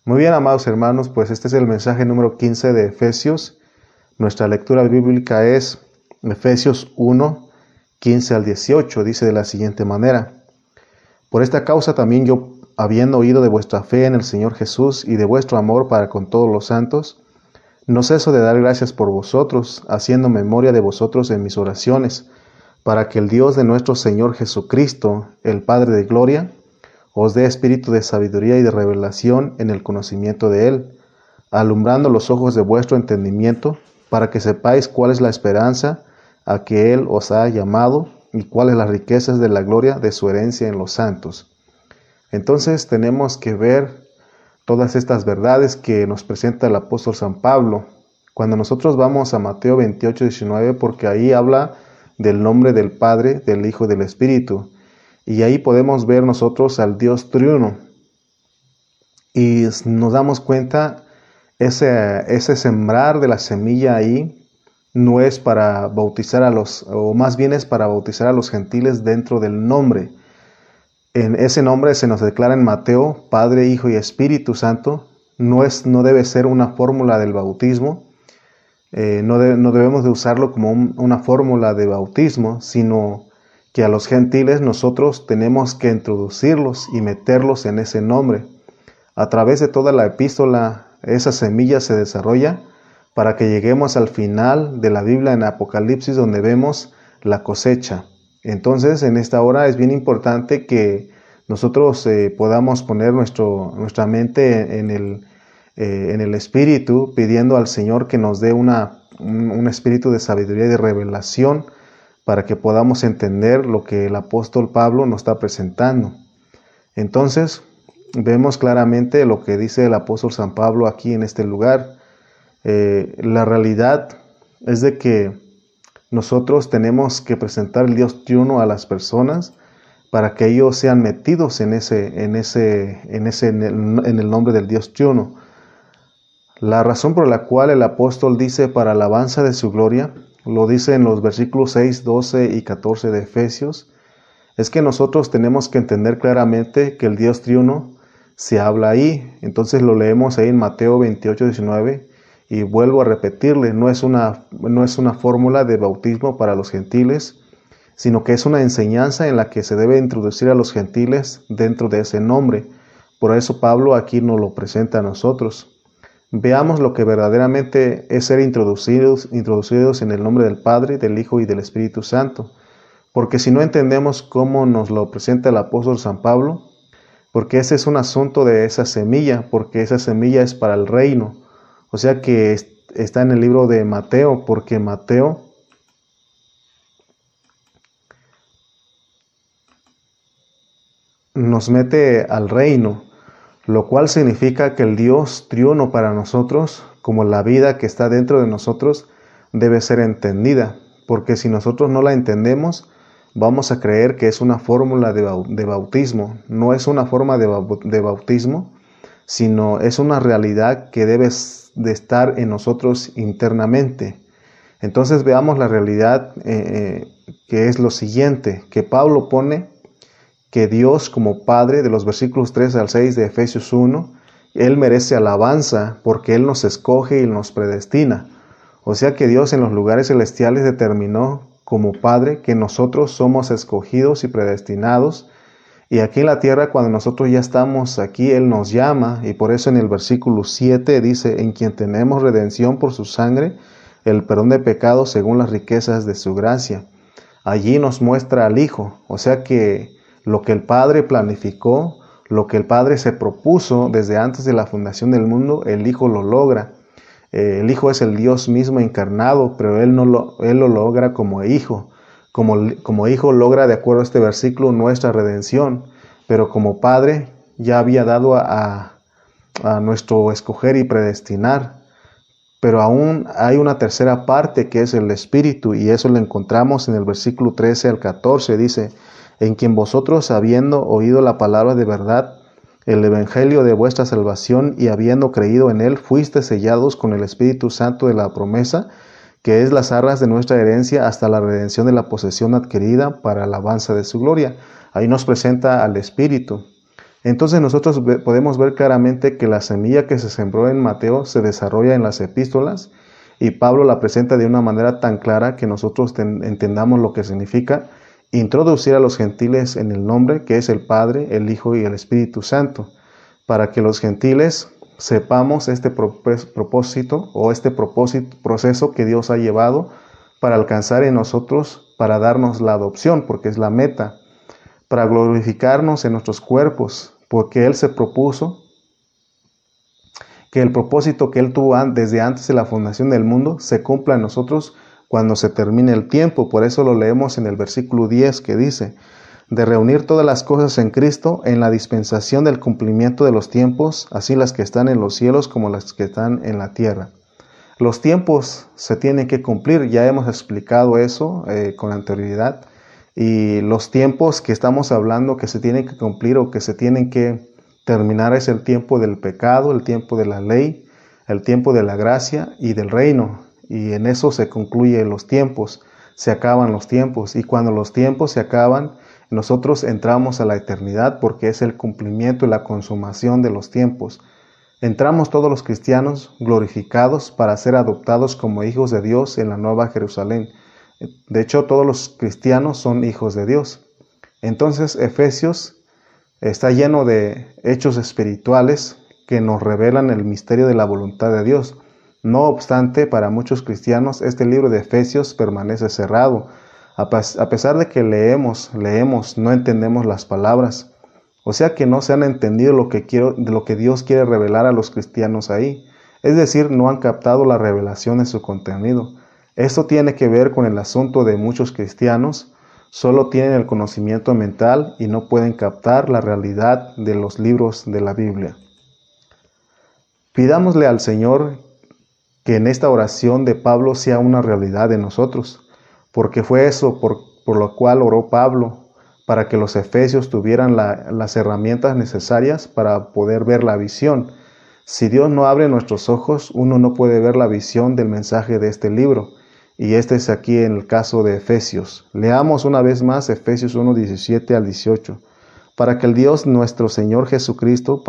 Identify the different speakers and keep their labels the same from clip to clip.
Speaker 1: Muy bien, amados hermanos, pues este es el mensaje número 15 de Efesios. Nuestra lectura bíblica es Efesios 1, 15 al 18. Dice de la siguiente manera: Por esta causa también yo, habiendo oído de vuestra fe en el Señor Jesús y de vuestro amor para con todos los santos, no ceso de dar gracias por vosotros, haciendo memoria de vosotros en mis oraciones, para que el Dios de nuestro Señor Jesucristo, el Padre de gloria, os dé espíritu de sabiduría y de revelación en el conocimiento de Él, alumbrando los ojos de vuestro entendimiento, para que sepáis cuál es la esperanza a que Él os ha llamado y cuáles las riquezas de la gloria de su herencia en los santos. Entonces tenemos que ver todas estas verdades que nos presenta el apóstol San Pablo. Cuando nosotros vamos a Mateo 28, 19, porque ahí habla del nombre del Padre, del Hijo y del Espíritu. Y ahí podemos ver nosotros al Dios triuno. Y nos damos cuenta, ese sembrar de la semilla ahí no es para bautizar o más bien es para bautizar a los gentiles dentro del nombre. En ese nombre se nos declara en Mateo, Padre, Hijo y Espíritu Santo. No debe ser una fórmula del bautismo. No debemos de usarlo como una fórmula de bautismo, sino que a los gentiles nosotros tenemos que introducirlos y meterlos en ese nombre. A través de toda la epístola, esa semilla se desarrolla para que lleguemos al final de la Biblia en Apocalipsis, donde vemos la cosecha. Entonces, en esta hora es bien importante que nosotros podamos poner nuestra mente en el Espíritu, pidiendo al Señor que nos dé un espíritu de sabiduría y de revelación, para que podamos entender lo que el apóstol Pablo nos está presentando. Entonces, vemos claramente lo que dice el apóstol San Pablo aquí en este lugar. La realidad es de que nosotros tenemos que presentar el Dios triuno a las personas para que ellos sean metidos en el nombre del Dios triuno. La razón por la cual el apóstol dice para alabanza de su gloria, lo dice en los versículos 6, 12 y 14 de Efesios, es que nosotros tenemos que entender claramente que el Dios triuno se habla ahí. Entonces lo leemos ahí en Mateo 28, 19, y vuelvo a repetirle, no es una fórmula de bautismo para los gentiles, sino que es una enseñanza en la que se debe introducir a los gentiles dentro de ese nombre. Por eso Pablo aquí nos lo presenta a nosotros. Veamos lo que verdaderamente es ser introducidos en el nombre del Padre, del Hijo y del Espíritu Santo. Porque si no entendemos cómo nos lo presenta el apóstol San Pablo, porque ese es un asunto de esa semilla, porque esa semilla es para el reino. O sea que está en el libro de Mateo, porque Mateo nos mete al reino, lo cual significa que el Dios triuno para nosotros, como la vida que está dentro de nosotros, debe ser entendida, porque si nosotros no la entendemos, vamos a creer que es una fórmula de bautismo. No es una forma de bautismo, sino es una realidad que debe de estar en nosotros internamente. Entonces veamos la realidad que es lo siguiente, que Pablo pone que Dios como Padre, de los versículos 3 al 6 de Efesios 1, Él merece alabanza porque Él nos escoge y nos predestina. O sea que Dios en los lugares celestiales determinó como Padre que nosotros somos escogidos y predestinados. Y aquí en la tierra, cuando nosotros ya estamos aquí, Él nos llama. Y por eso en el versículo 7 dice, en quien tenemos redención por su sangre, el perdón de pecados según las riquezas de su gracia. Allí nos muestra al Hijo. O sea que lo que el Padre planificó, lo que el Padre se propuso desde antes de la fundación del mundo, el Hijo lo logra. El Hijo es el Dios mismo encarnado, pero Él lo logra como Hijo. Como Hijo logra, de acuerdo a este versículo, nuestra redención. Pero como Padre ya había dado a nuestro escoger y predestinar. Pero aún hay una tercera parte que es el Espíritu, y eso lo encontramos en el versículo 13 al 14. Dice, en quien vosotros, habiendo oído la palabra de verdad, el evangelio de vuestra salvación, y habiendo creído en él, fuiste sellados con el Espíritu Santo de la promesa, que es las arras de nuestra herencia hasta la redención de la posesión adquirida para alabanza de su gloria. Ahí nos presenta al Espíritu. Entonces nosotros podemos ver claramente que la semilla que se sembró en Mateo se desarrolla en las epístolas y Pablo la presenta de una manera tan clara que nosotros entendamos lo que significa introducir a los gentiles en el nombre que es el Padre, el Hijo y el Espíritu Santo, para que los gentiles sepamos este propósito o este proceso que Dios ha llevado para alcanzar en nosotros, para darnos la adopción, porque es la meta, para glorificarnos en nuestros cuerpos, porque Él se propuso que el propósito que Él tuvo desde antes de la fundación del mundo se cumpla en nosotros cuando se termine el tiempo. Por eso lo leemos en el versículo 10 que dice, de reunir todas las cosas en Cristo en la dispensación del cumplimiento de los tiempos, así las que están en los cielos como las que están en la tierra. Los tiempos se tienen que cumplir, ya hemos explicado eso con anterioridad, y los tiempos que estamos hablando que se tienen que cumplir o que se tienen que terminar es el tiempo del pecado, el tiempo de la ley, el tiempo de la gracia y del reino, y en eso se concluyen los tiempos, se acaban los tiempos, y cuando los tiempos se acaban, nosotros entramos a la eternidad porque es el cumplimiento y la consumación de los tiempos. Entramos todos los cristianos glorificados para ser adoptados como hijos de Dios en la Nueva Jerusalén. De hecho, todos los cristianos son hijos de Dios. Entonces, Efesios está lleno de hechos espirituales que nos revelan el misterio de la voluntad de Dios. No obstante, para muchos cristianos, este libro de Efesios permanece cerrado. A pesar de que leemos, no entendemos las palabras. O sea que no se han entendido de lo que Dios quiere revelar a los cristianos ahí. Es decir, no han captado la revelación de su contenido. Esto tiene que ver con el asunto de muchos cristianos. Solo tienen el conocimiento mental y no pueden captar la realidad de los libros de la Biblia. Pidámosle al Señor que en esta oración de Pablo sea una realidad en nosotros, porque fue eso por lo cual oró Pablo, para que los efesios tuvieran las herramientas necesarias para poder ver la visión. Si Dios no abre nuestros ojos, uno no puede ver la visión del mensaje de este libro. Y este es aquí en el caso de Efesios. Leamos una vez más Efesios 1, 17 al 18. Para que el Dios de nuestro Señor Jesucristo,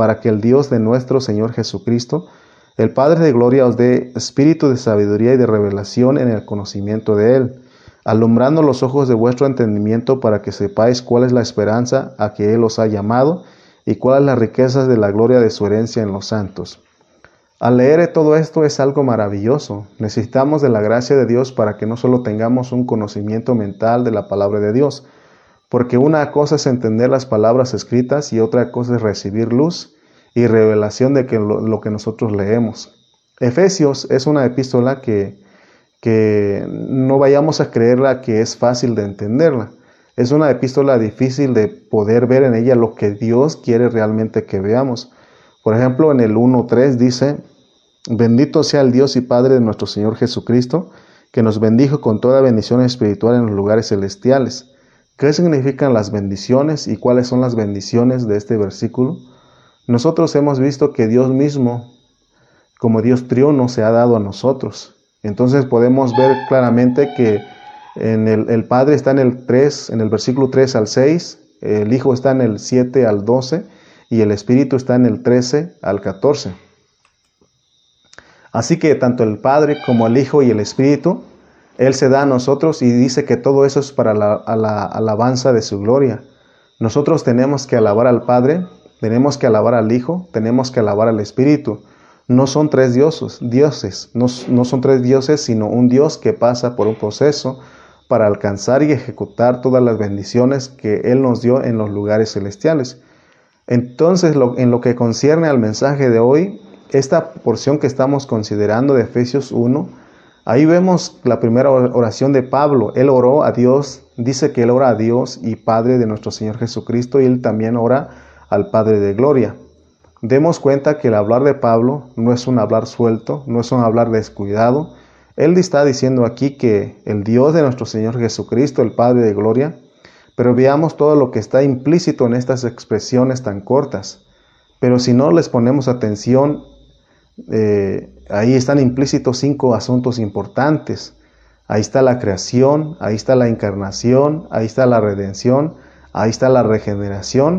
Speaker 1: el Padre de gloria os dé espíritu de sabiduría y de revelación en el conocimiento de Él, alumbrando los ojos de vuestro entendimiento para que sepáis cuál es la esperanza a que Él os ha llamado y cuáles las riquezas de la gloria de su herencia en los santos. Al leer todo esto es algo maravilloso. Necesitamos de la gracia de Dios para que no solo tengamos un conocimiento mental de la palabra de Dios, porque una cosa es entender las palabras escritas y otra cosa es recibir luz y revelación de lo que nosotros leemos. Efesios es una epístola que no vayamos a creerla que es fácil de entenderla. Es una epístola difícil de poder ver en ella lo que Dios quiere realmente que veamos. Por ejemplo, en el 1.3 dice, bendito sea el Dios y Padre de nuestro Señor Jesucristo, que nos bendijo con toda bendición espiritual en los lugares celestiales. ¿Qué significan las bendiciones y cuáles son las bendiciones de este versículo? Nosotros hemos visto que Dios mismo, como Dios triuno, se ha dado a nosotros. Entonces podemos ver claramente que el Padre está en el 3, en el versículo 3 al 6, el Hijo está en el 7 al 12 y el Espíritu está en el 13 al 14. Así que tanto el Padre como el Hijo y el Espíritu, Él se da a nosotros y dice que todo eso es para la alabanza de su gloria. Nosotros tenemos que alabar al Padre, tenemos que alabar al Hijo, tenemos que alabar al Espíritu. No son tres dioses, no son tres dioses, sino un Dios que pasa por un proceso para alcanzar y ejecutar todas las bendiciones que Él nos dio en los lugares celestiales. Entonces, en lo que concierne al mensaje de hoy, esta porción que estamos considerando de Efesios 1, ahí vemos la primera oración de Pablo. Él oró a Dios, dice que Él ora a Dios y Padre de nuestro Señor Jesucristo, y Él también ora al Padre de gloria. Demos cuenta que el hablar de Pablo no es un hablar suelto, no es un hablar descuidado. Él está diciendo aquí que el Dios de nuestro Señor Jesucristo, el Padre de gloria, pero veamos todo lo que está implícito en estas expresiones tan cortas. Pero si no les ponemos atención, ahí están implícitos 5 asuntos importantes. Ahí está la creación, ahí está la encarnación, ahí está la redención, ahí está la regeneración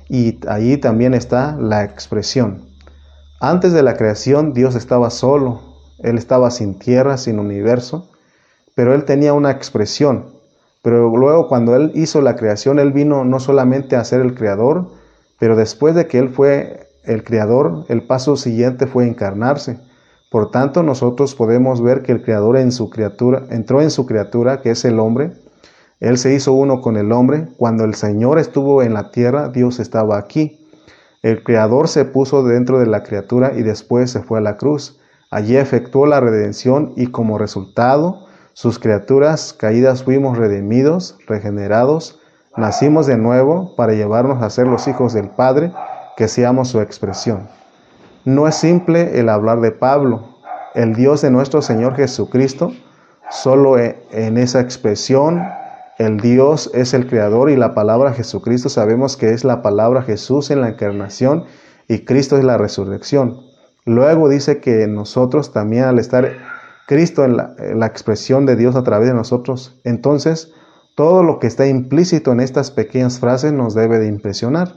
Speaker 1: y allí también está la expresión. Antes de la creación Dios estaba solo, Él estaba sin tierra, sin universo, pero Él tenía una expresión. Pero luego cuando Él hizo la creación, Él vino no solamente a ser el creador, pero después de que Él fue el creador, el paso siguiente fue encarnarse. Por tanto, nosotros podemos ver que el creador entró en su criatura, que es el hombre. Él se hizo uno con el hombre. Cuando el Señor estuvo en la tierra, Dios estaba aquí. El creador se puso dentro de la criatura y después se fue a la cruz. Allí efectuó la redención y como resultado, sus criaturas caídas fuimos redimidos, regenerados, nacimos de nuevo para llevarnos a ser los hijos del Padre, que seamos su expresión. No es simple el hablar de Pablo, el Dios de nuestro Señor Jesucristo, solo en esa expresión, el Dios es el Creador y la palabra Jesucristo sabemos que es la palabra Jesús en la encarnación y Cristo es la resurrección. Luego dice que nosotros también al estar Cristo en la expresión de Dios a través de nosotros, entonces todo lo que está implícito en estas pequeñas frases nos debe de impresionar.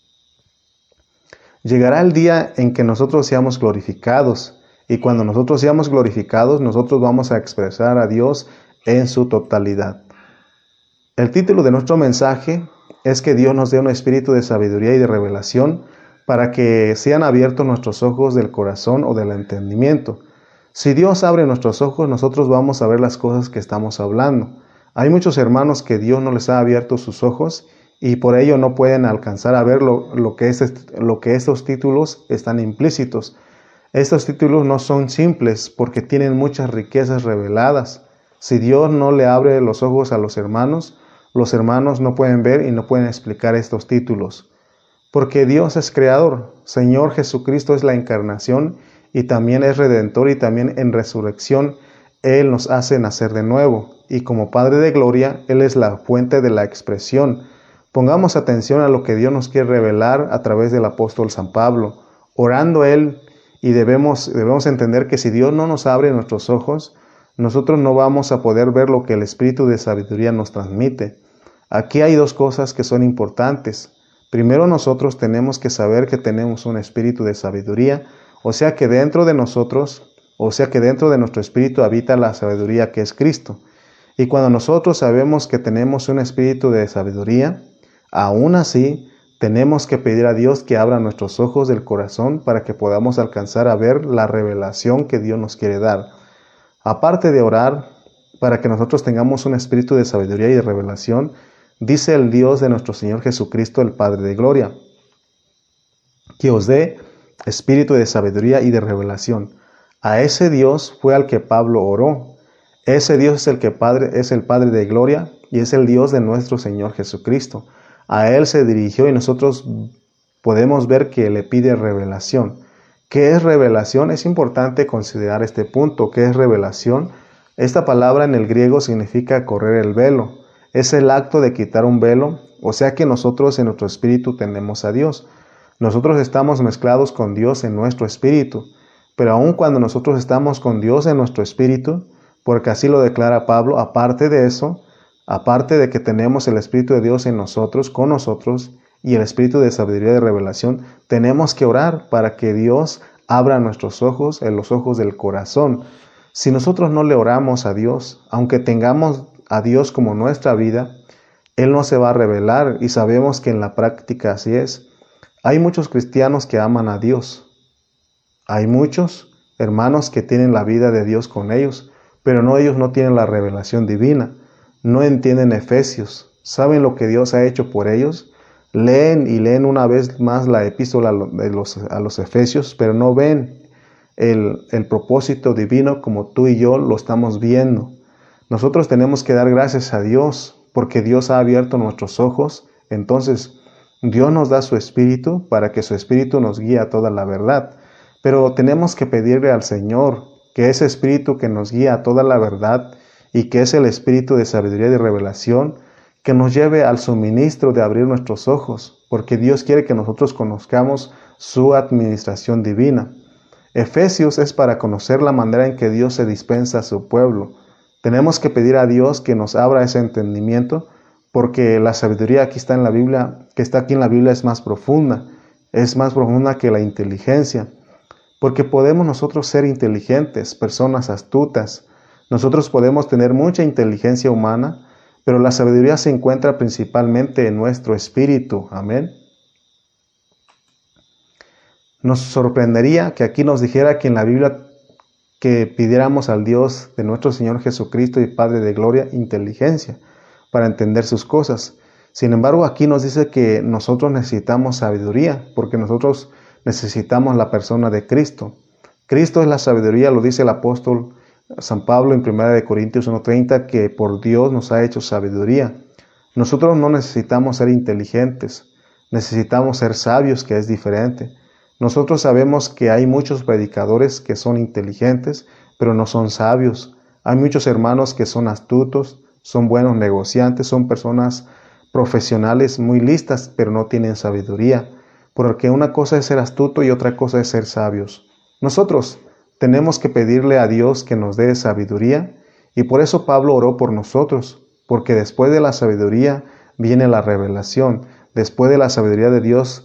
Speaker 1: Llegará el día en que nosotros seamos glorificados y cuando nosotros seamos glorificados nosotros vamos a expresar a Dios en su totalidad. El título de nuestro mensaje es que Dios nos dé un espíritu de sabiduría y de revelación para que sean abiertos nuestros ojos del corazón o del entendimiento. Si Dios abre nuestros ojos, nosotros vamos a ver las cosas que estamos hablando. Hay muchos hermanos que Dios no les ha abierto sus ojos y por ello no pueden alcanzar a ver lo que estos títulos están implícitos. Estos títulos no son simples porque tienen muchas riquezas reveladas. Si Dios no le abre los ojos a los hermanos no pueden ver y no pueden explicar estos títulos. Porque Dios es creador, Señor Jesucristo es la encarnación y también es redentor y también en resurrección Él nos hace nacer de nuevo. Y como Padre de gloria, Él es la fuente de la expresión. Pongamos atención a lo que Dios nos quiere revelar a través del apóstol San Pablo. Orando Él y debemos entender que si Dios no nos abre nuestros ojos, nosotros no vamos a poder ver lo que el Espíritu de sabiduría nos transmite. Aquí hay dos cosas que son importantes. Primero, nosotros tenemos que saber que tenemos un espíritu de sabiduría, o sea que dentro de nosotros, dentro de nuestro espíritu habita la sabiduría que es Cristo. Y cuando nosotros sabemos que tenemos un espíritu de sabiduría, aún así tenemos que pedir a Dios que abra nuestros ojos del corazón para que podamos alcanzar a ver la revelación que Dios nos quiere dar. Aparte de orar para que nosotros tengamos un espíritu de sabiduría y de revelación, dice el Dios de nuestro Señor Jesucristo, el Padre de gloria, que os dé espíritu de sabiduría y de revelación. A ese Dios fue al que Pablo oró. Ese Dios es el Padre de gloria y es el Dios de nuestro Señor Jesucristo. A Él se dirigió y nosotros podemos ver que le pide revelación. ¿Qué es revelación? Es importante considerar este punto. ¿Qué es revelación? Esta palabra en el griego significa correr el velo. Es el acto de quitar un velo, o sea que nosotros en nuestro espíritu tenemos a Dios. Nosotros estamos mezclados con Dios en nuestro espíritu, pero aun cuando nosotros estamos con Dios en nuestro espíritu, porque así lo declara Pablo, aparte de eso, aparte de que tenemos el Espíritu de Dios en nosotros, con nosotros, y el espíritu de sabiduría y de revelación, tenemos que orar para que Dios abra nuestros ojos, en los ojos del corazón. Si nosotros no le oramos a Dios, aunque tengamos a Dios como nuestra vida, Él no se va a revelar y sabemos que en la práctica así es. Hay muchos cristianos que aman a Dios. Hay muchos hermanos que tienen la vida de Dios con ellos, pero ellos no tienen la revelación divina. No entienden Efesios. ¿Saben lo que Dios ha hecho por ellos? Leen una vez más la epístola a los Efesios, pero no ven el propósito divino como tú y yo lo estamos viendo. Nosotros tenemos que dar gracias a Dios porque Dios ha abierto nuestros ojos. Entonces Dios nos da su espíritu para que su espíritu nos guíe a toda la verdad. Pero tenemos que pedirle al Señor que ese espíritu que nos guía a toda la verdad y que es el espíritu de sabiduría y de revelación, que nos lleve al suministro de abrir nuestros ojos, porque Dios quiere que nosotros conozcamos su administración divina. Efesios es para conocer la manera en que Dios se dispensa a su pueblo. Tenemos que pedir a Dios que nos abra ese entendimiento porque la sabiduría aquí está en la Biblia, que está aquí en la Biblia es más profunda que la inteligencia, porque podemos nosotros ser inteligentes, personas astutas. Nosotros podemos tener mucha inteligencia humana, pero la sabiduría se encuentra principalmente en nuestro espíritu. Amén. Nos sorprendería que aquí nos dijera que en la Biblia que pidiéramos al Dios de nuestro Señor Jesucristo y Padre de Gloria inteligencia para entender sus cosas. Sin embargo, aquí nos dice que nosotros necesitamos sabiduría, porque nosotros necesitamos la persona de Cristo. Cristo es la sabiduría, lo dice el apóstol San Pablo en 1 Corintios 1:30, que por Dios nos ha hecho sabiduría. Nosotros no necesitamos ser inteligentes, necesitamos ser sabios, que es diferente. Nosotros sabemos que hay muchos predicadores que son inteligentes, pero no son sabios. Hay muchos hermanos que son astutos, son buenos negociantes, son personas profesionales muy listas, pero no tienen sabiduría. Porque una cosa es ser astuto y otra cosa es ser sabios. Nosotros tenemos que pedirle a Dios que nos dé sabiduría, y por eso Pablo oró por nosotros, porque después de la sabiduría viene la revelación. Después de la sabiduría de Dios,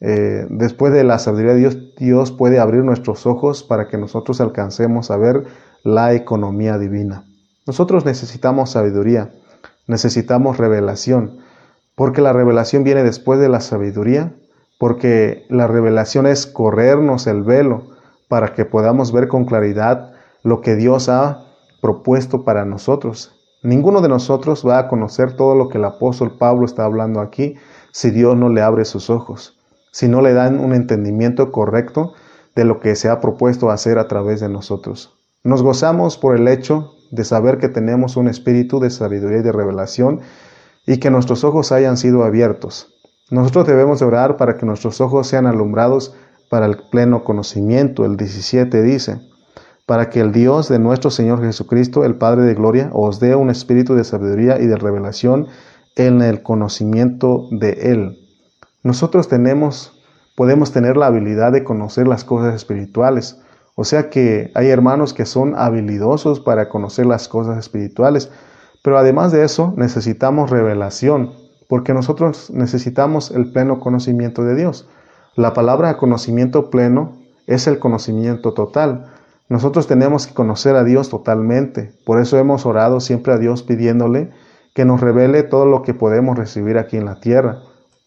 Speaker 1: Dios puede abrir nuestros ojos para que nosotros alcancemos a ver la economía divina. Nosotros necesitamos sabiduría, necesitamos revelación, porque la revelación viene después de la sabiduría, porque la revelación es corrernos el velo para que podamos ver con claridad lo que Dios ha propuesto para nosotros. Ninguno de nosotros va a conocer todo lo que el apóstol Pablo está hablando aquí si Dios no le abre sus ojos, si no le dan un entendimiento correcto de lo que se ha propuesto hacer a través de nosotros. Nos gozamos por el hecho de saber que tenemos un espíritu de sabiduría y de revelación y que nuestros ojos hayan sido abiertos. Nosotros debemos de orar para que nuestros ojos sean alumbrados para el pleno conocimiento. El 17 dice, para que el Dios de nuestro Señor Jesucristo, el Padre de Gloria, os dé un espíritu de sabiduría y de revelación en el conocimiento de Él. Nosotros podemos tener la habilidad de conocer las cosas espirituales. O sea que hay hermanos que son habilidosos para conocer las cosas espirituales, pero además de eso necesitamos revelación, porque nosotros necesitamos el pleno conocimiento de Dios. La palabra conocimiento pleno es el conocimiento total. Nosotros tenemos que conocer a Dios totalmente. Por eso hemos orado siempre a Dios pidiéndole que nos revele todo lo que podemos recibir aquí en la tierra.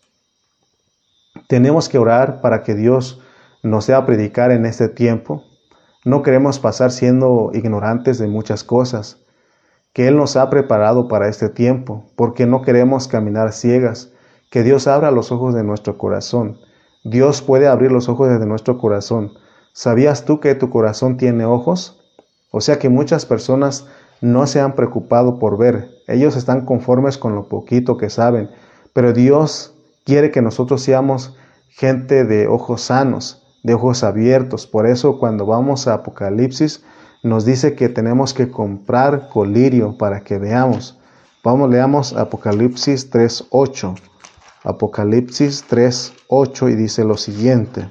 Speaker 1: Tenemos que orar para que Dios nos dé a predicar en este tiempo. No queremos pasar siendo ignorantes de muchas cosas que Él nos ha preparado para este tiempo, porque no queremos caminar ciegas. Que Dios abra los ojos de nuestro corazón. Dios puede abrir los ojos de nuestro corazón. ¿Sabías tú que tu corazón tiene ojos? O sea que muchas personas no se han preocupado por ver. Ellos están conformes con lo poquito que saben, pero Dios quiere que nosotros seamos gente de ojos sanos, de ojos abiertos. Por eso cuando vamos a Apocalipsis nos dice que tenemos que comprar colirio para que veamos. Leamos Apocalipsis 3:8. Apocalipsis 3:8 y dice lo siguiente.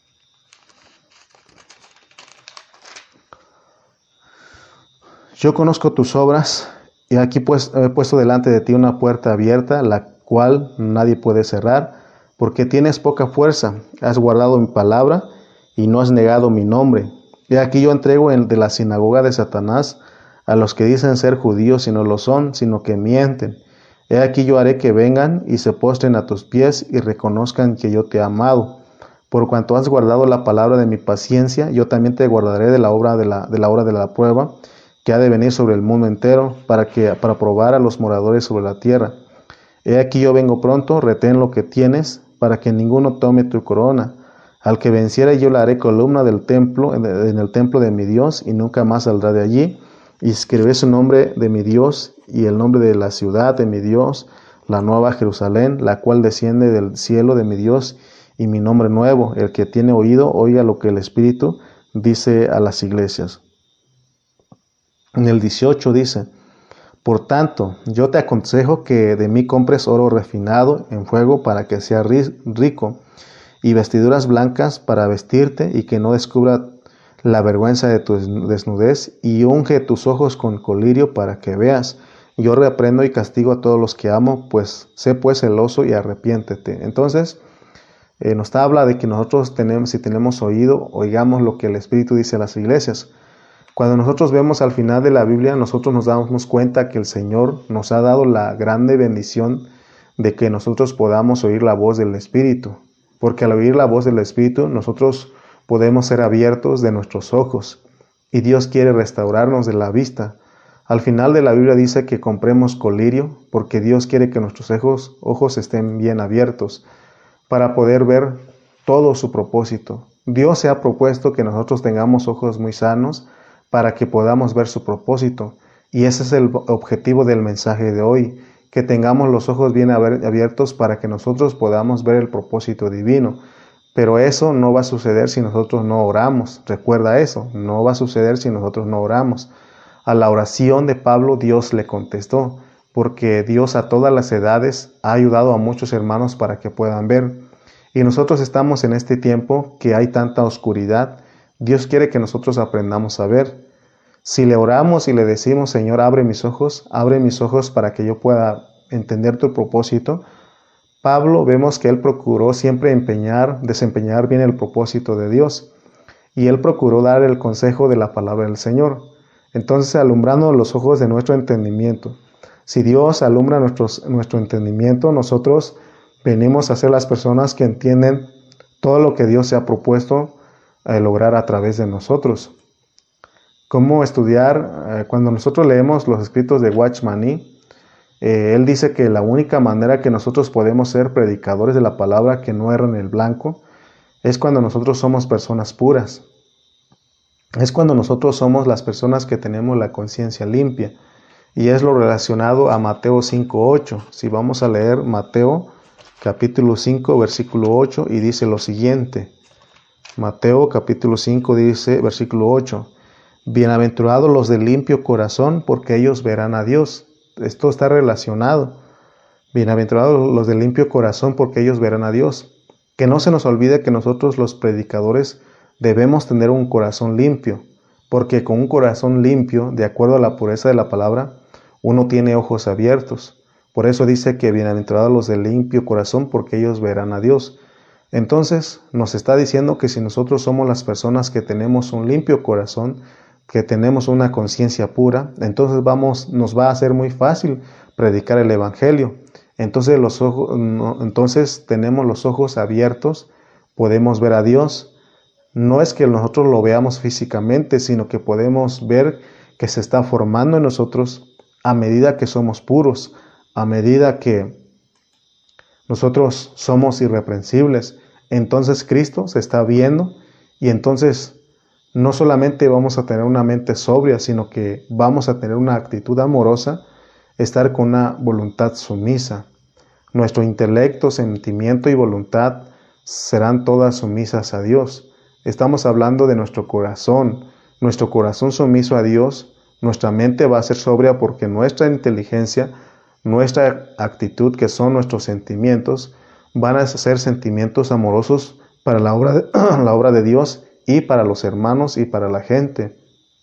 Speaker 1: Yo conozco tus obras y aquí he puesto delante de ti una puerta abierta, la cual nadie puede cerrar, porque tienes poca fuerza, has guardado mi palabra y no has negado mi nombre. Y aquí yo entrego de la sinagoga de Satanás a los que dicen ser judíos y no lo son, sino que mienten. He aquí yo haré que vengan y se postren a tus pies y reconozcan que yo te he amado. Por cuanto has guardado la palabra de mi paciencia, yo también te guardaré de la hora de la prueba, que ha de venir sobre el mundo entero, para probar a los moradores sobre la tierra. He aquí yo vengo pronto, retén lo que tienes, para que ninguno tome tu corona. Al que venciere yo le haré columna del templo, en el templo de mi Dios, y nunca más saldrá de allí. Y escribiré su nombre de mi Dios, y el nombre de la ciudad de mi Dios, la nueva Jerusalén, la cual desciende del cielo de mi Dios, y mi nombre nuevo. El que tiene oído, oiga lo que el Espíritu dice a las iglesias. En el 18 dice, por tanto, yo te aconsejo que de mí compres oro refinado en fuego para que sea rico, y vestiduras blancas para vestirte y que no descubra la vergüenza de tu desnudez, y unge tus ojos con colirio para que veas. Yo reprendo y castigo a todos los que amo, pues sé pues celoso y arrepiéntete. Entonces, nos habla de que nosotros si tenemos oído, oigamos lo que el Espíritu dice a las iglesias. Cuando nosotros vemos al final de la Biblia, nosotros nos damos cuenta que el Señor nos ha dado la grande bendición de que nosotros podamos oír la voz del Espíritu. Porque al oír la voz del Espíritu, nosotros podemos ser abiertos de nuestros ojos. Y Dios quiere restaurarnos de la vista. Al final de la Biblia dice que compremos colirio, porque Dios quiere que nuestros ojos estén bien abiertos para poder ver todo su propósito. Dios se ha propuesto que nosotros tengamos ojos muy sanos para que podamos ver su propósito. Y ese es el objetivo del mensaje de hoy, que tengamos los ojos bien abiertos para que nosotros podamos ver el propósito divino. Pero eso no va a suceder si nosotros no oramos. Recuerda eso, no va a suceder si nosotros no oramos. A la oración de Pablo Dios le contestó, porque Dios a todas las edades ha ayudado a muchos hermanos para que puedan ver. Y nosotros estamos en este tiempo que hay tanta oscuridad. Dios quiere que nosotros aprendamos a ver. Si le oramos y le decimos, Señor, abre mis ojos para que yo pueda entender tu propósito. Pablo vemos que él procuró siempre desempeñar bien el propósito de Dios. Y él procuró dar el consejo de la palabra del Señor. Entonces, alumbrando los ojos de nuestro entendimiento. Si Dios alumbra nuestro entendimiento, nosotros venimos a ser las personas que entienden todo lo que Dios se ha propuesto lograr a través de nosotros. ¿Cómo estudiar? Cuando nosotros leemos los escritos de Watchman Nee, él dice que la única manera que nosotros podemos ser predicadores de la palabra que no erran el blanco es cuando nosotros somos personas puras. Es cuando nosotros somos las personas que tenemos la conciencia limpia. Y es lo relacionado a Mateo 5:8. Si vamos a leer Mateo capítulo 5, versículo 8, y dice lo siguiente. Mateo capítulo 5 dice, versículo 8. Bienaventurados los de limpio corazón, porque ellos verán a Dios. Esto está relacionado. Bienaventurados los de limpio corazón, porque ellos verán a Dios. Que no se nos olvide que nosotros los predicadores debemos tener un corazón limpio, porque con un corazón limpio, de acuerdo a la pureza de la palabra, uno tiene ojos abiertos. Por eso dice que bienaventurados los de limpio corazón, porque ellos verán a Dios. Entonces nos está diciendo que si nosotros somos las personas que tenemos un limpio corazón, que tenemos una conciencia pura, entonces nos va a ser muy fácil predicar el Evangelio. Entonces tenemos los ojos abiertos, podemos ver a Dios. No es que nosotros lo veamos físicamente, sino que podemos ver que se está formando en nosotros a medida que somos puros, a medida que nosotros somos irreprensibles. Entonces Cristo se está viendo y entonces no solamente vamos a tener una mente sobria, sino que vamos a tener una actitud amorosa, estar con una voluntad sumisa. Nuestro intelecto, sentimiento y voluntad serán todas sumisas a Dios. Estamos hablando de nuestro corazón sumiso a Dios. Nuestra mente va a ser sobria porque nuestra inteligencia, nuestra actitud, que son nuestros sentimientos, van a ser sentimientos amorosos para la obra de Dios y para los hermanos y para la gente.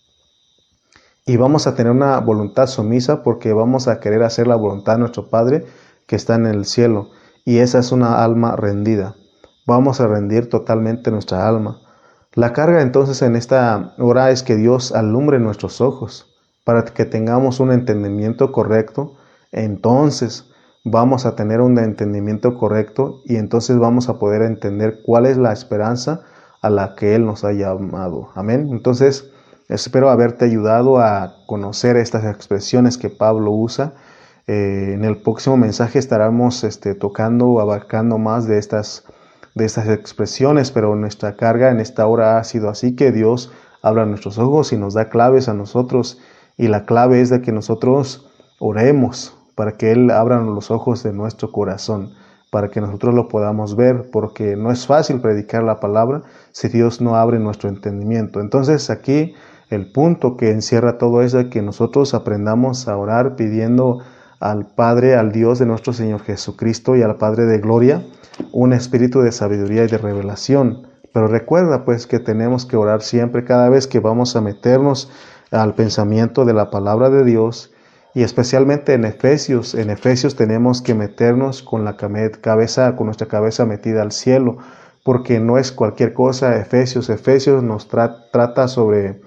Speaker 1: Y vamos a tener una voluntad sumisa porque vamos a querer hacer la voluntad de nuestro Padre que está en el cielo. Y esa es una alma rendida. Vamos a rendir totalmente nuestra alma. La carga entonces en esta hora es que Dios alumbre nuestros ojos para que tengamos un entendimiento correcto. Entonces vamos a tener un entendimiento correcto y entonces vamos a poder entender cuál es la esperanza a la que Él nos ha llamado. Amén. Entonces espero haberte ayudado a conocer estas expresiones que Pablo usa. En el próximo mensaje estaremos tocando, abarcando más de estas expresiones, pero nuestra carga en esta hora ha sido así, que Dios abra nuestros ojos y nos da claves a nosotros, y la clave es de que nosotros oremos para que Él abra los ojos de nuestro corazón, para que nosotros lo podamos ver, porque no es fácil predicar la palabra si Dios no abre nuestro entendimiento. Entonces aquí el punto que encierra todo es de que nosotros aprendamos a orar pidiendo al Padre, al Dios de nuestro Señor Jesucristo y al Padre de gloria, un espíritu de sabiduría y de revelación. Pero recuerda pues que tenemos que orar siempre cada vez que vamos a meternos al pensamiento de la palabra de Dios Y especialmente en Efesios tenemos que meternos con con nuestra cabeza metida al cielo, porque no es cualquier cosa. Efesios nos trata sobre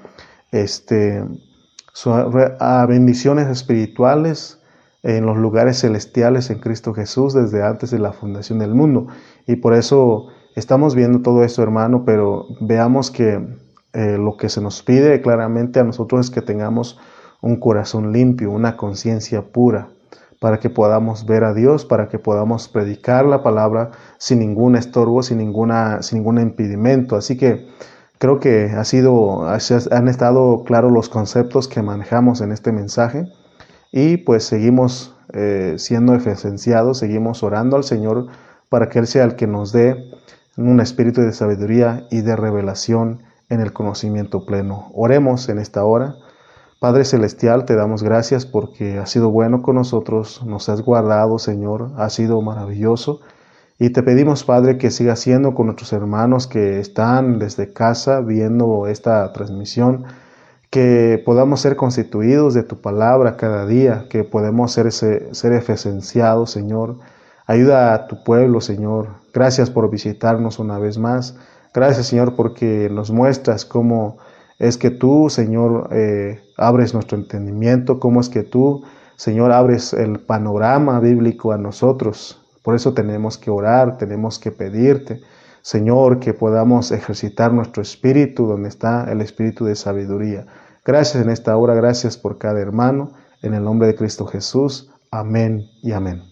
Speaker 1: a bendiciones espirituales en los lugares celestiales en Cristo Jesús desde antes de la fundación del mundo. Y por eso estamos viendo todo esto, hermano, pero veamos que lo que se nos pide claramente a nosotros es que tengamos un corazón limpio, una conciencia pura, para que podamos ver a Dios, para que podamos predicar la palabra sin ningún estorbo, sin ningún impedimento. Así que creo que han estado claros los conceptos que manejamos en este mensaje, y pues seguimos siendo esenciados, seguimos orando al Señor para que Él sea el que nos dé un espíritu de sabiduría y de revelación en el conocimiento pleno. Oremos en esta hora. Padre Celestial, te damos gracias porque has sido bueno con nosotros, nos has guardado, Señor, has sido maravilloso. Y te pedimos, Padre, que sigas siendo con nuestros hermanos que están desde casa viendo esta transmisión, que podamos ser constituidos de tu palabra cada día, que podamos ser esenciados, Señor. Ayuda a tu pueblo, Señor. Gracias por visitarnos una vez más. Gracias, Señor, porque nos muestras cómo es que tú, Señor, abres nuestro entendimiento, cómo es que tú, Señor, abres el panorama bíblico a nosotros. Por eso tenemos que orar, tenemos que pedirte, Señor, que podamos ejercitar nuestro espíritu donde está el espíritu de sabiduría. Gracias en esta hora, gracias por cada hermano, en el nombre de Cristo Jesús. Amén y amén.